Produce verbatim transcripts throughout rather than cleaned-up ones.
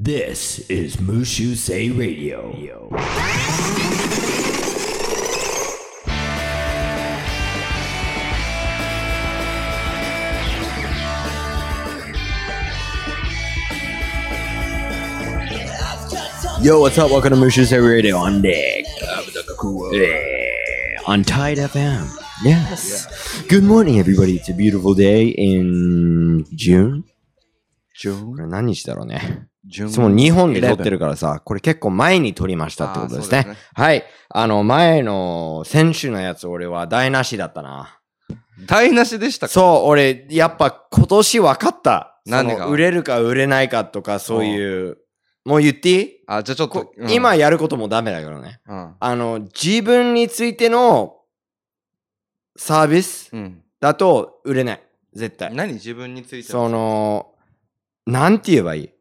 This is Mushu Say Radio. Yo, what's up? Welcome to Mushu Say Radio on deck. Yeah, on Tide エフエム. Yes. Good morning, everybody. It's a beautiful day in June. June? これ何日だろうね。いつも日本で撮ってるからさ、これ結構前に撮りましたってことですね。ですねはい。あの、前の、先週のやつ俺は台無しだったな。 台無しでしたか？ そう、俺、やっぱ今年分かった。 何が？ 売れるか売れないかとかそういう、もう言っていい？ あ、じゃあちょっと、 うん、今やることもダメだけどね。うん、あの、自分についてのサービスだと売れない。絶対。 何？自分についてのその、なんて言えばいい？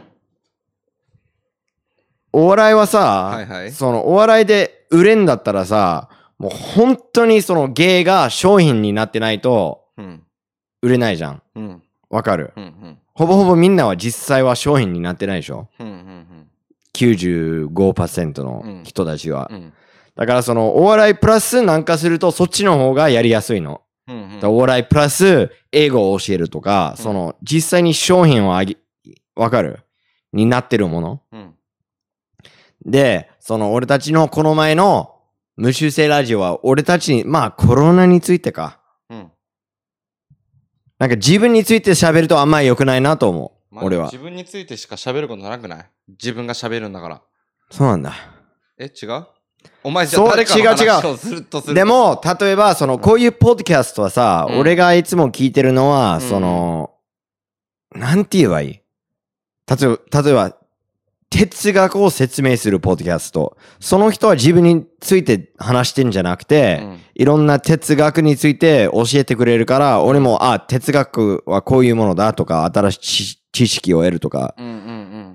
お笑いはさ、はいはい、そのお笑いで売れんだったらさ、もう本当にその芸が商品になってないと売れないじゃん。うん、わかる、うんうん、ほぼほぼみんなは実際は商品になってないでしょ、うんうんうん、きゅうじゅうごパーセント の人たちは、うんうん、だからそのお笑いプラスなんかするとそっちの方がやりやすいの、うんうん、だお笑いプラス英語を教えるとか、うん、その実際に商品をあげわかるになってるもの、うんで、その俺たちのこの前の無修正ラジオは俺たちに、まあコロナについてか。うん。なんか自分について喋るとあんまり良くないなと思う。まあ、俺は。 自分についてしか喋ることなくない？自分が喋るんだから。 そうなんだ。 え、違う？お前じゃあ誰かの話をするとする。 でも、例えば、その、こういうポッドキャストはさ、うん、俺がいつも聞いてるのは、うん、その、なんて言えばいい？例えば、例えば、哲学を説明するポッドキャスト。その人は自分について話してんじゃなくて、うん、いろんな哲学について教えてくれるから、俺も、あ、哲学はこういうものだとか、新しい知識を得るとか、うんうんうん、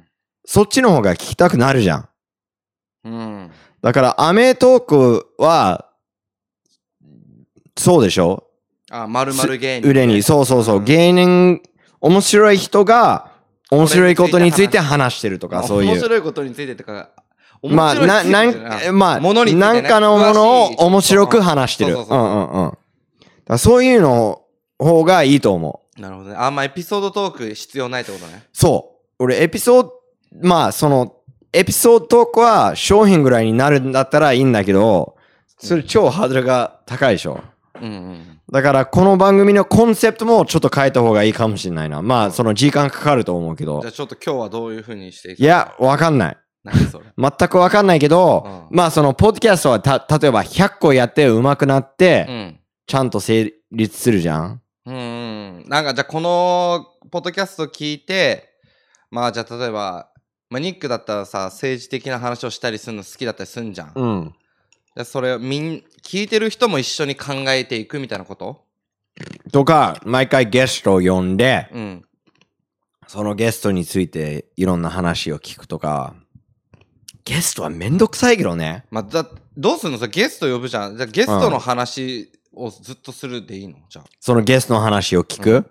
そっちの方が聞きたくなるじゃん。うん、だから、アメトークは、そうでしょ？ あ、〇〇芸人。 売れに、そうそうそう、うん、芸人、面白い人が、面白いことについて話してるとか、そういう。 面白いことについてとか、 まあ、な、なん、まあ、 ものについてね、 なんかのものを面白く話してる。うんうんうん。だそういうの方がいいと思う。なるほどね。あんまエピソードトーク必要ないってことね。 そう。俺、エピソード、まあ、その、エピソードトークは商品ぐらいになるんだったらいいんだけど、それ超ハードルが高いでしょ。うんうん。だからこの番組のコンセプトもちょっと変えた方がいいかもしれないな。まあその時間かかると思うけど。 じゃあちょっと今日はどういう風にしていくか。 いや、わかんない。何それ？全くわかんないけど、うん、まあそのポッドキャストはた、例えばひゃっこやって上手くなって、うん、ちゃんと成立するじゃん。 うん。なんかじゃあこのポッドキャスト聞いて、まあじゃあ例えば、まあニックだったらさ、政治的な話をしたりするの好きだったりするんじゃん。うん。それをみん聞いてる人も一緒に考えていくみたいなこととか、毎回ゲストを呼んで、うん、そのゲストについていろんな話を聞くとか、ゲストはめんどくさいけどね。 まあ、だどうするの？ゲスト呼ぶじゃん。じゃあゲストの話をずっとするでいいの？じゃあそのゲストの話を聞く、うん、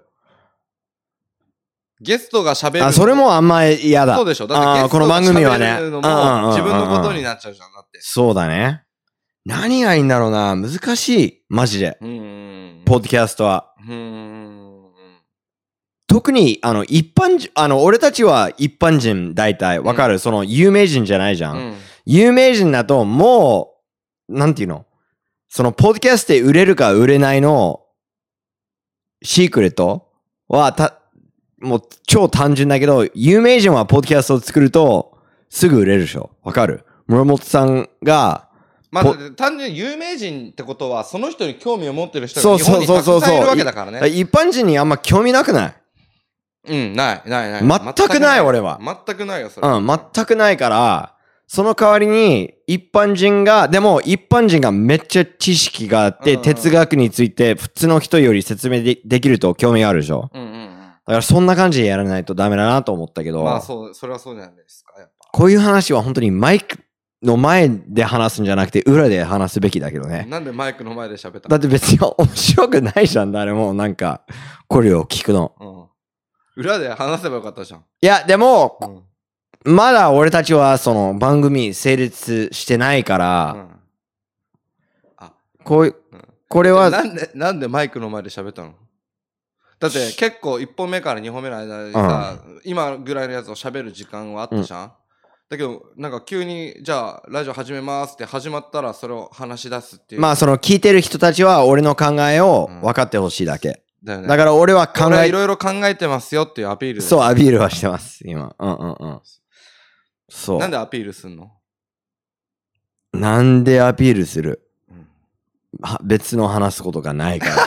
ゲストが喋る。 あ、それもあんまり嫌だ。 そうでしょ。だってゲストが喋るのも自分のことになっちゃうじゃん。だって。 そうだね。何がいいんだろうな。難しい。マジで。うん。ポッドキャストは。うん。特に、あの、一般人、あの、俺たちは一般人大体、わかる、うん、その、有名人じゃないじゃん。うん、有名人だと、もう、なんていうの？その、ポッドキャストで売れるか売れないの、シークレットは、た、もう、超単純だけど、有名人はポッドキャストを作ると、すぐ売れるでしょ。わかる？室本さんが、 まあ、単純に有名人ってことは、その人に興味を持ってる人が日本にたくさんいるわけだからね。 一般人にあんま興味なくない？ うん、ない、ない、ない。 全くない、俺は。 全くないよ、それ。 うん、全くないから、その代わりに、一般人が、でも一般人がめっちゃ知識があって、うんうん、哲学について普通の人より説明 で, できると興味があるでしょ。うんうんうん。だからそんな感じでやらないとダメだなと思ったけど。 まあそう、それはそうじゃないですか、やっぱ。 こういう話は本当にマイク、の前で話すんじゃなくて裏で話すべきだけどね。 なんでマイクの前で喋ったの？ だって別に面白くないじゃん、誰も。なんかこれを聞くの、 うん、裏で話せばよかったじゃん。 いやでも、うん、 まだ俺たちはその番組成立してないから、うん、あこう、うん、これはなんでなんでマイクの前で喋ったの？だって結構いっぽんめからにほんめの間でさ、うん、今ぐらいのやつを喋る時間はあったじゃん、うん、だけどなんか急にじゃあラジオ始めますって始まったらそれを話し出すっていう。 まあその聞いてる人たちは俺の考えを分かってほしいだけ、うんだよね、だから俺は考えいろいろ考えてますよっていうアピール、ね、 そうアピールはしてます今。うんうんうんそうなんでアピールすんの？ なんでアピールする、うん、別の話すことがないから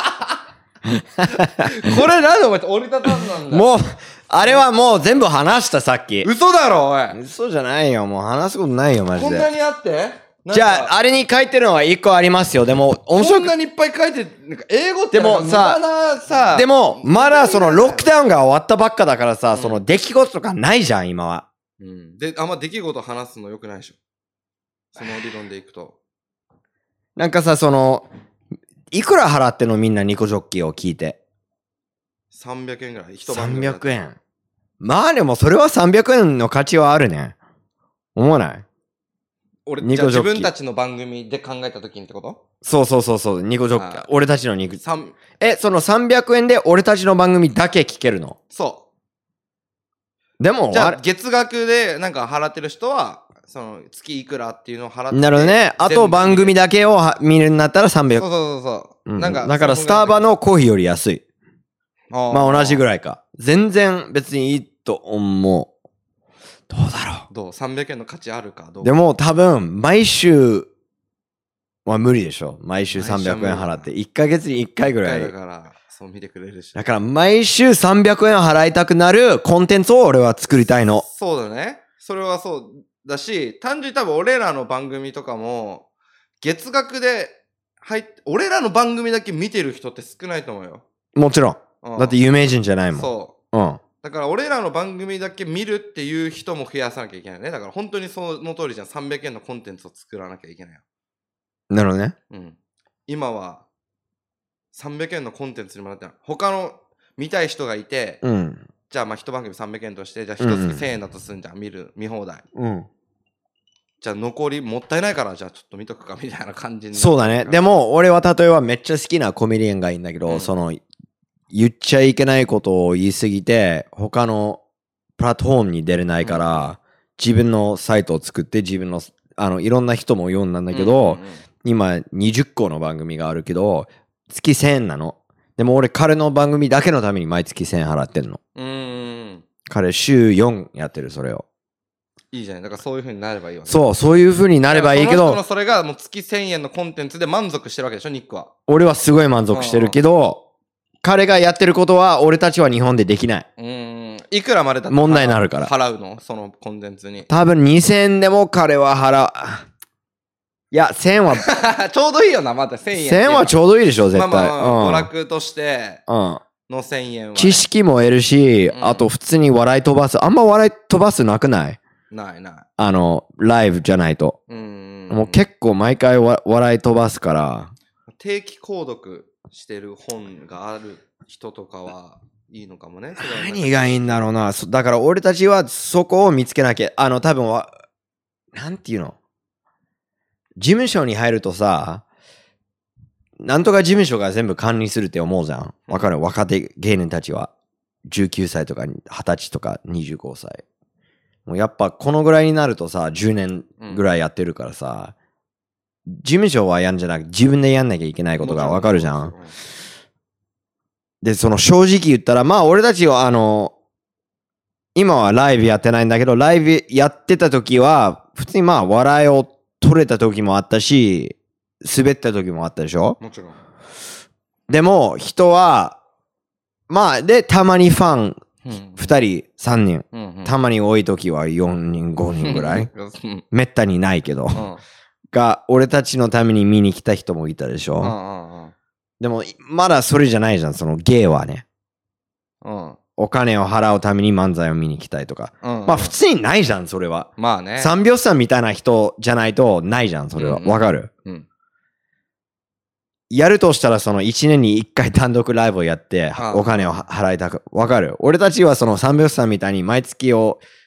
これなんでお前折りたたんなんだ。 もうあれはもう全部話したさっき。 嘘だろおい。 嘘じゃないよ、もう話すことないよマジで。 こんなにあってじゃああれに書いてるのは一個ありますよ。でも面白くこんなにいっぱい書いてなんか英語ってでもささでもまだそのロックダウンが終わったばっかだからさ、うん、その出来事とかないじゃん今は。 うん、であんま出来事話すのよくないでしょ、その理論でいくと。 なんかさそのいくら払ってんのみんなニコジョッキを聞いて。 さんびゃくえんぐらい一晩さんびゃくえん。まあでもそれはさんびゃくえんの価値はあるね。思わない？ 俺じゃあ自分たちの番組で考えた時にってこと？ そうそうそうそうニコジョッキ俺たちのニコえそのさんびゃくえんで俺たちの番組だけ聞けるの？ そうでもじゃあ月額でなんか払ってる人はその月いくらっていうのを払ってなるほどね。あと番組だけを見るんだったらさんびゃく。 そうそうそうそう、うん、なんかだからスターバのコーヒーより安い。あまあ同じぐらいか。全然別にいいと思う。どうだろう。どうさんびゃくえんの価値あるかどうか。 でも多分毎週は無理でしょ。毎週さんびゃくえん払っていっかげつにいっかいぐらい。 だからそう見てくれるし。 だから毎週さんびゃくえん払いたくなるコンテンツを俺は作りたいの。 そうだね。それはそうだし、単純に多分俺らの番組とかも月額で入って俺らの番組だけ見てる人って少ないと思うよ。 もちろん。うん、だって有名人じゃないもん。 そう。うん。だから俺らの番組だけ見るっていう人も増やさなきゃいけないね。だから本当にその通りじゃん。さんびゃくえんのコンテンツを作らなきゃいけないよ。 なるほどね。 うん。今はさんびゃくえんのコンテンツにもらってない。他の見たい人がいて、うん、じゃあまあ一番組さんびゃくえんとして、じゃあ一月せんえんだとすんじゃん。見る、見放題。うん。じゃあ残りもったいないからじゃあちょっと見とくかみたいな感じに。 そうだね。でも俺は例えばめっちゃ好きなコメディアンがいいんだけど、うん、その言っちゃいけないことを言いすぎて他のプラットフォームに出れないから、うん、自分のサイトを作って自分のあのいろんな人も読んだんだけど、うんうんうん、今にじゅっこの番組があるけど月せんえんなの。でも俺彼の番組だけのために毎月せんえん払ってんの。うーん彼週よんやってるそれを。 いいじゃない。だからそういう風になればいいわね。 そうそういう風になればいいけど、その人のそれがもう月せんえんのコンテンツで満足してるわけでしょニックは。 俺はすごい満足してるけど、彼がやってることは俺たちは日本でできない。 うーんいくらまでだったら問題になるから払うのそのコンテンツに。 多分にせんえんでも彼は払う。いやせんはちょうどいいよな。またせんえんせんはちょうどいいでしょ絶対。まあまあまあ、娯楽としてのせんえんは、ね、 知識も得るし、うん、あと普通に笑い飛ばす。あんま笑い飛ばすなくない？ ないない。 あのライブじゃないと。うんもう結構毎回わ笑い飛ばすから。 定期購読してる本がある人とかはいいのかもね。 何がいいんだろうな。だから俺たちはそこを見つけなきゃ。あの多分はなんていうの事務所に入るとさ、なんとか事務所が全部管理するって思うじゃん。わかる？若手芸人たちはじゅうきゅうさいとかはたちとかにじゅうごさい。もうやっぱこのぐらいになるとさ、じゅうねんぐらいやってるからさ、うん、事務所はやんじゃなくて自分でやんなきゃいけないことがわかるじゃん。で、その正直言ったら、まあ俺たちはあの、今はライブやってないんだけど、ライブやってた時は、普通にまあ笑いを取れた時もあったし、滑った時もあったでしょ？ もちろん。 でも人は、まあで、たまにファン、ふたり、さんにん、うんうん、たまに多い時はよにん、ごにんぐらいめったにないけど、うん、が俺たちのために見に来た人もいたでしょ、うんうんうん、でもまだそれじゃないじゃんその芸はね、うん、お金を払うために漫才を見に来たいとか、うんうん、まあ普通にないじゃんそれは。 まあね三拍子さんみたいな人じゃないとないじゃんそれは。わ、うんうん、かる、うんやるとしたらそのいちねんにいっかい単独ライブをやってお金を払いたくわかる。俺たちはその三拍子さんみたいに毎月を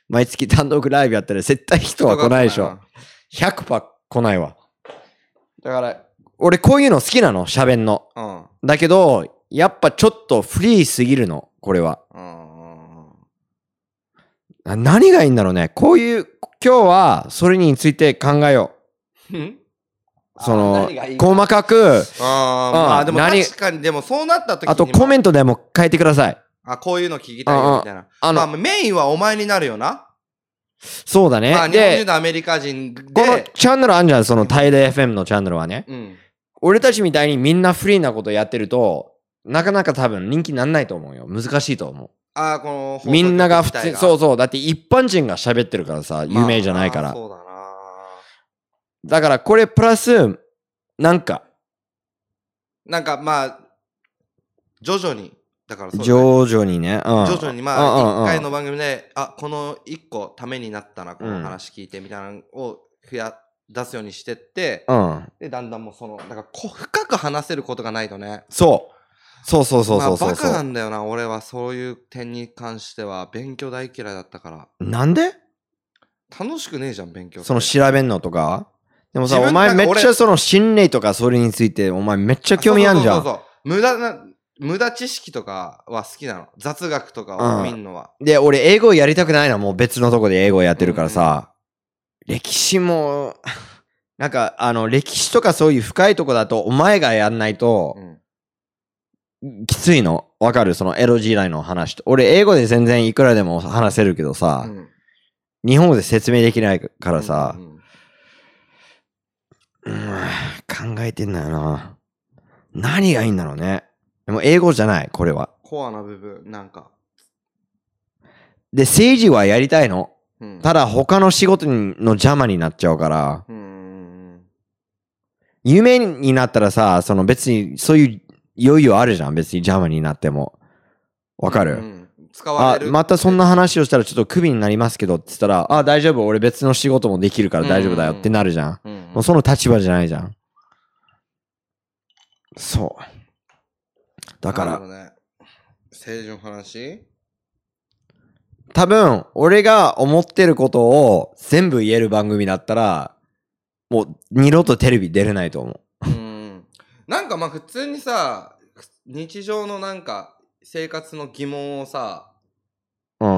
毎月単独ライブやったら絶対人は来ないでしょ。ひゃくパーセント 来ないわ。だから、俺こういうの好きなの、喋んの。うん、だけど、やっぱちょっとフリーすぎるの、これは。うん、何がいいんだろうね。こういう、今日はそれについて考えよう。その、細かく。 ああ、まあでも確かに、でもそうなった時に。 あとコメントでも書いてください。 あ、こういうの聞きたいよみたいな。あの、まあ、メインはお前になるよな。 そうだね。 まあ、日本人のアメリカ人で。 このチャンネルあんじゃん、そのタイレ エフエム のチャンネルはね。うん。俺たちみたいにみんなフリーなことやってると、なかなか多分人気なんないと思うよ。難しいと思う。 ああ、この、 みんなが普通、そうそう。だって一般人が喋ってるからさ、有名じゃないから。まあ、そうだな。だからこれプラス、なんか。 なんかまあ、徐々に。だからそう、ね、 徐々にね。 うん、徐々にまあ、一回の番組で、あ、この一個ためになったな、この話聞いてみたいなのを増や、出すようにしてって、うん、で、だんだんもうその、だからこ深く話せることがないとね。 そう。そうそうそうそうそう。 まあ、バカなんだよな、俺はそういう点に関しては、勉強大嫌いだったから。 なんで？ 楽しくねえじゃん、勉強。 その調べんのとか？でもさ、お前めっちゃその心霊とかそれについて、お前めっちゃ興味あんじゃん。そうそうそうそう。 無駄な、無駄知識とかは好きなの。雑学とかを見んのは、 うん。で、俺英語やりたくないの。もう別のとこで英語やってるからさ。うんうん、歴史も、なんか、あの、歴史とかそういう深いとこだと、お前がやんないと、うん、きついの。わかる？その江戸時代の話と。俺英語で全然いくらでも話せるけどさ、うん、日本語で説明できないからさ、うんうんうん、考えてんだよな。何がいいんだろうね。でも英語じゃない、これは。 コアな部分、なんか。 で、政治はやりたいの。うん、ただ他の仕事の邪魔になっちゃうから。うん、有名になったらさ、その別にそういう余裕あるじゃん。別に邪魔になっても。わかる？うん、使われる。あ、またそんな話をしたらちょっとクビになりますけどって言ったら、あ、大丈夫。俺別の仕事もできるから大丈夫だよってなるじゃん。うんうん、もうその立場じゃないじゃん。そう。だから、ね、 政治の話？ 多分俺が思ってることを全部言える番組だったらもう二度とテレビ出れないと思う。うん。 なんかまあ普通にさ、日常のなんか生活の疑問をさ、うん、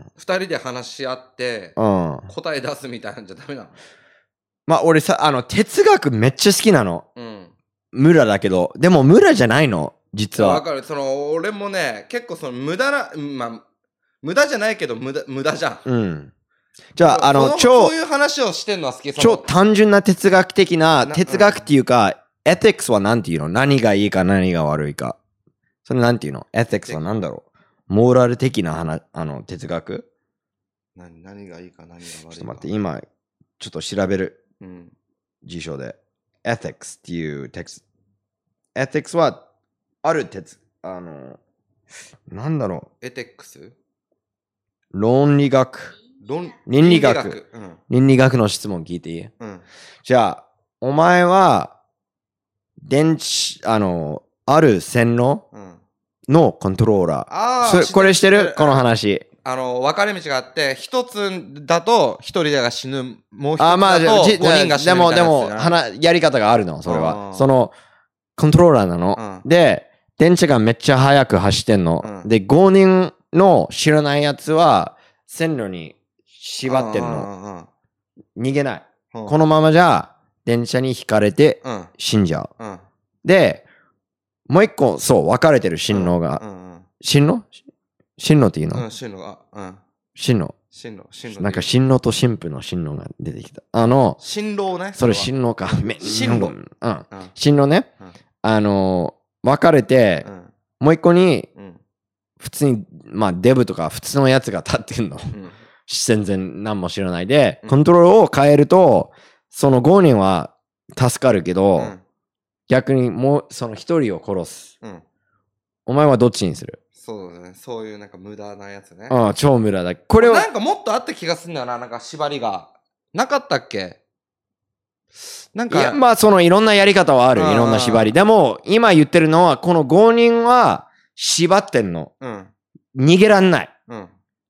二人で話し合って、うん、答え出すみたいなんじゃダメなの？ まあ俺さ、あの哲学めっちゃ好きなの。うん。村だけど、でも村じゃないの。実は。 わかる。その、俺もね、結構その無駄な、まあ、無駄じゃないけど無駄、無駄じゃん。うん。 じゃあ、あの、超、 そういう話をしてんのは好き。 超単純な哲学的な、哲学っていうか、うん、エティクスは何て言うの？何がいいか何が悪いか。それ何て言うの？エティクスは何だろう？モーラル的な話、あの、哲学？ 何、何がいいか何が悪いか。ちょっと待って、今、ちょっと調べる。うん。辞書で。エティクスっていうテクスト。エティクスは、ある哲、あの、なんだろう。エテックス？ 論理学。 論倫理学。倫理学、うん、倫理学の質問聞いていい？うん。じゃあ、お前は、電池、あの、ある線路のコントローラー。ああ。これしてる？この話。 あの、分かれ道があって、一つだと一人が死ぬ、もう一つだとごにんが死ぬみたいな。 でも、でも、やり方があるの、それは。その、コントローラーなの。うん、で、電池がめっちゃ速く走ってんの。うん、で、ごにんの知らないやつは線路に縛ってんの。逃げない。このままじゃ電車に引かれて死んじゃう。うん、で、もう一個、そう、分かれてる進路が。うんうんうん、進路進路っていうの？ うん、進路が。うん、 進路。 進路。進路。 なんか進路と新婦の進路が出てきた。あの、 進路ね。 それ進路か。 進路。 うん。進路ね。うん、あの、分かれて、うん、もう一個に、うん、普通に、まあ、デブとか普通のやつが立ってんの。うん、全然何も知らないで、コントロールを変えると、そのごにんは助かるけど、うん、逆にもう、その一人を殺す。うん、お前はどっちにする？ そうだね。そういうなんか無駄なやつね。 ああ、超無駄だ。これは。 なんかもっとあった気がするんだよな、なんか縛りが。なかったっけ？ なんか。いや、まあ、そのいろんなやり方はある。いろんな縛り。でも、今言ってるのは、このごにんは縛ってんの。うん。逃げらんない。うん。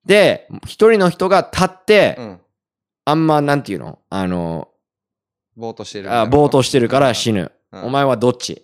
で、一人の人が立って、うん、あんま、なんていうのあの、 ぼーっとしてる。 あ、ぼーっとしてるから死ぬ。うん、お前はどっち？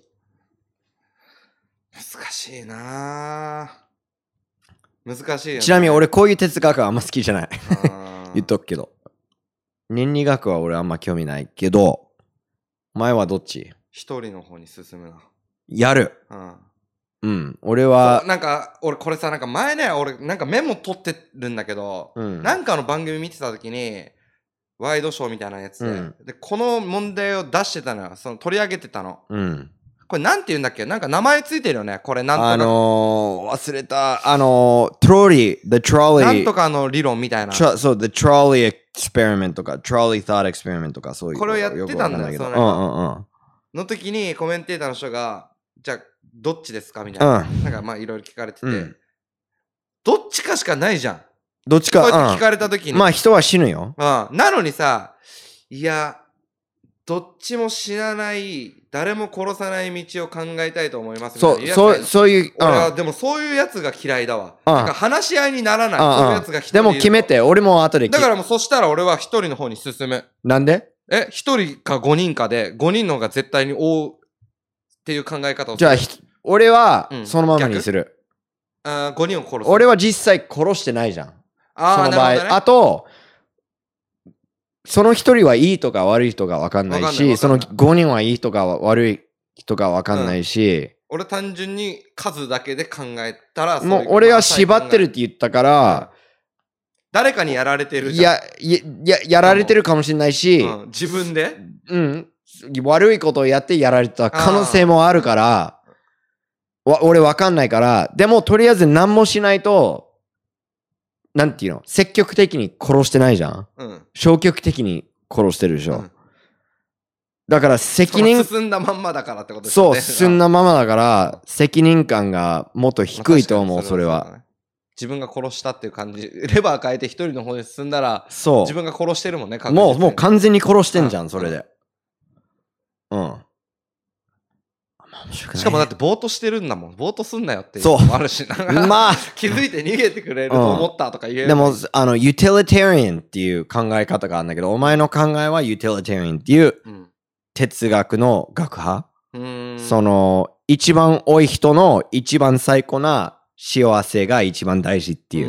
難しいなぁ。難しいよね。 ちなみに俺こういう哲学はあんま好きじゃない。言っとくけど。倫理学は俺あんま興味ないけど、お前はどっち？ 一人の方に進むな。 やる。うん。うん。俺は。 なんか、俺これさ、なんか前ね、俺なんかメモ取ってるんだけど、うん、なんかの番組見てた時に、ワイドショーみたいなやつで、うん、で、この問題を出してたのよ。その取り上げてたの。うん。これなんて言うんだっけ？なんか名前ついてるよね。これなんとか。 あのー、忘れた。あのー、トロリー、the trolley。 なんとかの理論みたいな。 そう、the trolley experiment とか、trolley thought experiment とか、そういう。 これをやってたんだよ、その、うんうんうん。の時にコメンテーターの人が、じゃあ、どっちですかみたいな。うん、なんかまあいろいろ聞かれてて、うん、どっちかしかないじゃん。 どっちか。 こうやって聞かれた時に。 まあ人は死ぬよ。 うん。なのにさ、いや、どっちも死なない、誰も殺さない道を考えたいと思いますみたいな。 そう、そう、そういう。 俺は、でもそういうやつが嫌いだわ。なんか話し合いにならない。そういうやつが一人。 でも決めて、俺も後でだからもうそしたら俺は一人の方に進む。 なんで？ え、一人か五人かで、五人の方が絶対に追うっていう考え方をする。 じゃあ、俺は、そのままにする。 うん、あ、五人を殺す。 俺は実際殺してないじゃん。 あその場合。ね、あと、その一人はいいとか悪い人が分かんないし、その五人はいい人か悪い人が分かんないし、うん、 俺単純に数だけで考えたら、 もう俺は縛ってるって言ったから、うん、 誰かにやられてるじゃん。 いや、や、やられてるかもしれないし、 うん、自分でうん。悪いことをやってやられた可能性もあるから、わ俺分かんないから、でもとりあえず何もしないと、なんていうの？積極的に殺してないじゃん。うん、消極的に殺してるでしょ。うん、だから責任。 進んだまんまだからってことですよね。そう、進んだままだから、責任感がもっと低いと思う、それは。ね、 自分が殺したっていう感じ。レバー変えて一人の方に進んだら、 そう。 自分が殺してるもんね、 もう、もう完全に殺してんじゃん、それで。うん。 しかもだってぼーっとしてるんだもん。ぼーっとすんなよっていうのもあるしな。まあ、気づいて逃げてくれると思ったとか言える、 うん。でも、あの、ユティリタリアンっていう考え方があるんだけど、お前の考えはユティリタリアンっていう哲学の学派。うん、その、一番多い人の一番最高な幸せが一番大事っていう。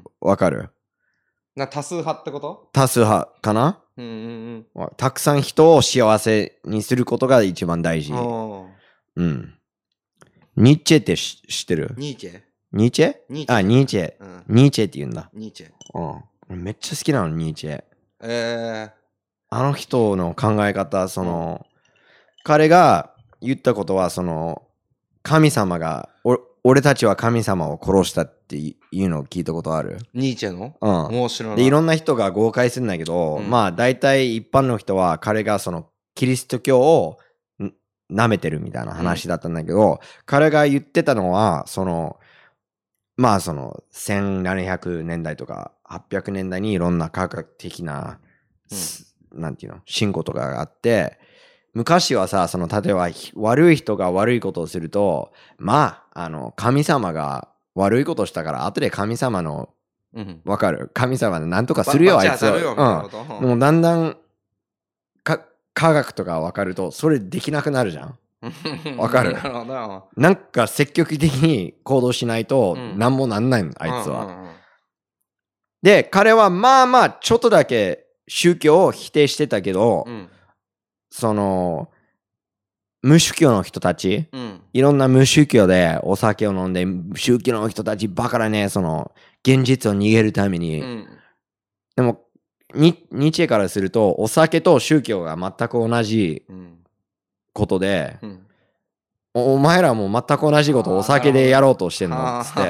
わかる？ な多数派ってこと？ 多数派かな？うんうんうん、たくさん人を幸せにすることが一番大事。うん。ニッチェって知ってる？ ニーチェ？ ニーチェ？ニーチェ。あ、ニーチェ、うん。ニーチェって言うんだ。 ニーチェ。 うん。めっちゃ好きなの、ニーチェ。 えー、 あの人の考え方、その、うん、彼が言ったことは、その、神様が、お俺たちは神様を殺したっていうのを聞いたことある？ ニーチェの？ うん。 面白いな。 で、いろんな人が誤解するんだけど、うん、まあ大体一般の人は彼がそのキリスト教を舐めてるみたいな話だったんだけど、うん、彼が言ってたのは、その、まあそのせんななひゃくねんだいとかはっぴゃくねんだいにいろんな科学的な、うん、なんていうの、進歩とかがあって、昔はさ、その、例えば、悪い人が悪いことをすると、まあ、あの、神様が悪いことをしたから、後で神様の、わ、うん、かる？神様で何とかするよ、あいつは。うん。もうだんだん、か、科学とかわかると、それできなくなるじゃん。わかる？なんか積極的に行動しないと、何もなんないの、あいつは。で、彼はまあまあ、ちょっとだけ宗教を否定してたけど、うん、その、無宗教の人たち、うん、いろんな無宗教でお酒を飲んで、宗教の人たちばからね、その、現実を逃げるために。うん、でも、ニーチェからすると、お酒と宗教が全く同じことで、うん、お, お前らも全く同じことをお酒でやろうとしてんのつって。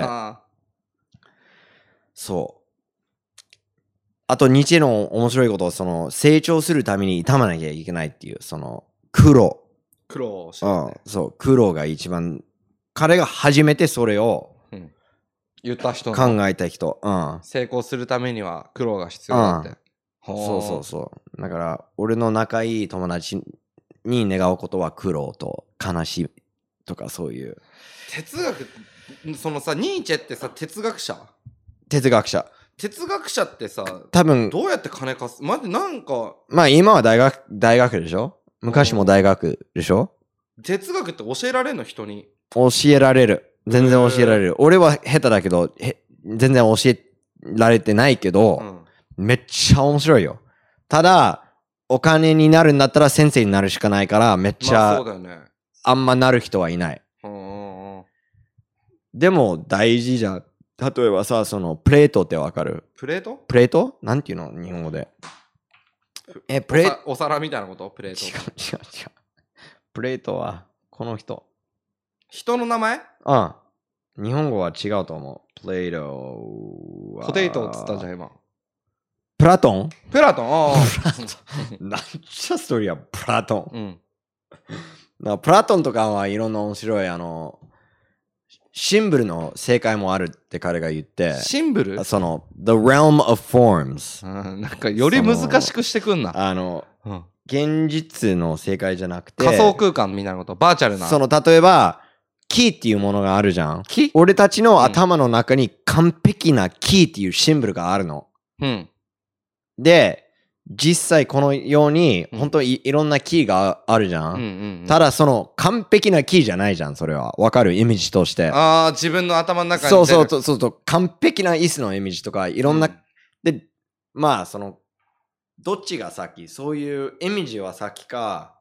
そう。あと、ニーチェの面白いことは、その、成長するために痛まなきゃいけないっていう、その、苦労。 苦労してる、ね、うん、そう、苦労が一番、彼が初めてそれを、うん、 言った人、 考えた人、うん。 成功するためには苦労が必要だって。 うん、そうそうそう。だから、俺の仲いい友達に願うことは苦労と悲しみとかそういう。 哲学、そのさ、ニーチェってさ、哲学者？ 哲学者。 哲学者ってさ、 多分、 どうやって金貸す？まじなんか。 まあ今は大学、大学でしょ？昔も大学でしょ？ 哲学って教えられんの？人に。 教えられる。全然教えられる。俺は下手だけど、へ全然教えられてないけど、うん、めっちゃ面白いよ。ただ、お金になるんだったら先生になるしかないから、めっちゃ、まあそうだよね、あんまなる人はいない。うんうん、でも大事じゃん。例えばさ、そのプレートってわかる？ プレート？ プレート？なんていうの？日本語で。 え、プレート？お皿みたいなこと？プレート。 違う違う違う。プレートは、この人。 人の名前？ うん。日本語は違うと思う。プレートは。ポテトっつったじゃん、今。 プラトン？ プラトン？ああ。なんちゃストーリーや、プラトン。うん。プラトンとかはいろんな面白い、あの、シンボルの正解もあるって彼が言って。 シンボル？ その、the realm of forms。 なんかより難しくしてくんな。 あの、うん、現実の正解じゃなくて。 仮想空間みたいなこと。バーチャルな。 その、例えば、キーっていうものがあるじゃん。 キー？ 俺たちの頭の中に完璧なキーっていうシンボルがあるの。うん。で、実際このように、本当に い, いろんなキーがあるじゃん。うんうんうん、ただその完璧なキーじゃないじゃん、それは。わかる？イメージとして。 ああ、自分の頭の中に。 そうそうそうそう。完璧な椅子のイメージとか、いろんな、うん、で、まあその、どっちが先？そういうイメージは先か、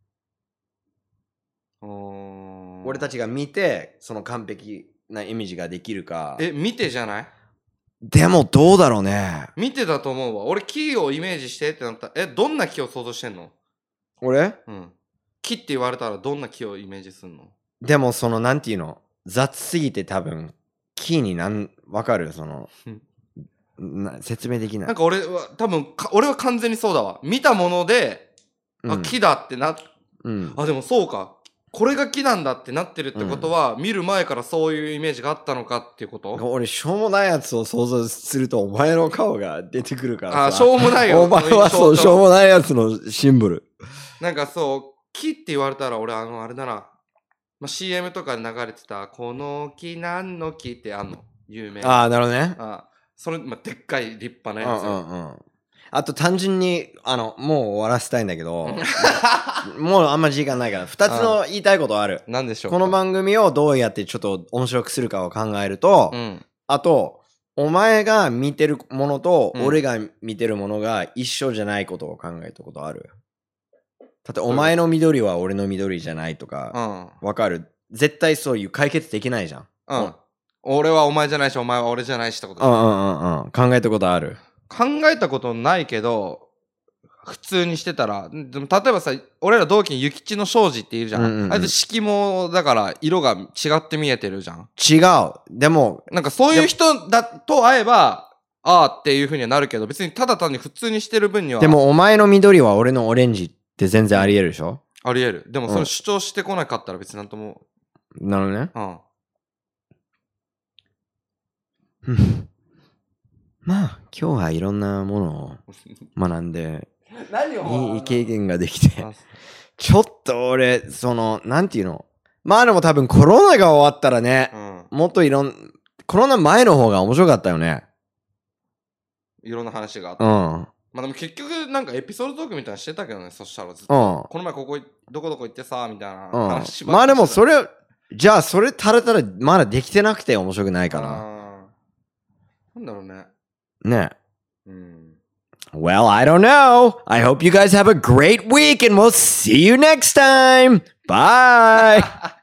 俺たちが見て、その完璧なイメージができるか。 え、見てじゃない？ でもどうだろうね。 見てだと思うわ。俺木をイメージしてってなったら、え、どんな木を想像してんの？ 俺？ うん。木って言われたらどんな木をイメージすんの？ でもそのなんていうの、雑すぎて多分木になんわかるそのな説明できない。 なんか俺は多分か俺は完全にそうだわ。見たもので、あ、うん、木だってな、うん、あでもそうか。これが木なんだってなってるってことは、うん、見る前からそういうイメージがあったのかっていうこと？ 俺しょうもないやつを想像するとお前の顔が出てくるからさ。 あ、しょうもないよ。 お前はそうしょうもないやつのシンボル。 なんかそう木って言われたら俺あのあれだな、まあ、シーエム とかで流れてたこの木何の木ってあんの有名な。 ああなるほどね。 あそれ、まあ、でっかい立派なやつ。うんうんうん。 あと単純に、あの、もう終わらせたいんだけど、もうあんま時間ないから、二つの言いたいことある。 何でしょう？ この番組をどうやってちょっと面白くするかを考えると、うん、あと、お前が見てるものと、俺が見てるものが一緒じゃないことを考えたことある。だってお前の緑は俺の緑じゃないとか、わ、うん、かる？絶対そういう解決できないじゃん。 うん。俺はお前じゃないし、お前は俺じゃないしってことだ。 うんうんうんうん。考えたことある？ 考えたことないけど、普通にしてたら、でも例えばさ、俺ら同期に諭吉の庄司っているじゃん。うんうんうん、あいつ色もだから色が違って見えてるじゃん。 違う。でも、 なんかそういう人だと会えば、ああっていう風にはなるけど、別にただ単に普通にしてる分には。 でもお前の緑は俺のオレンジって全然あり得るでしょ？ あり得る。でもそれ主張してこなかったら別になんとも。 うん、なるほどね。うん。まあ、今日はいろんなものを学んで、 何をいい経験ができて、ちょっと俺、その、なんていうの？まあでも多分コロナが終わったらね、うん、もっといろん、コロナ前の方が面白かったよね。 いろんな話があった。うん。まあでも結局なんかエピソードトークみたいなのしてたけどね、そしたらずっと。うん、この前ここ、どこどこ行ってさ、みたいな話ばっかり。 まあでもそれ、じゃあそれたらたらまだできてなくて面白くないかな。 なんだろうね。 ね。Mm. Well, I don't know. I hope you guys have a great week and we'll see you next time. Bye.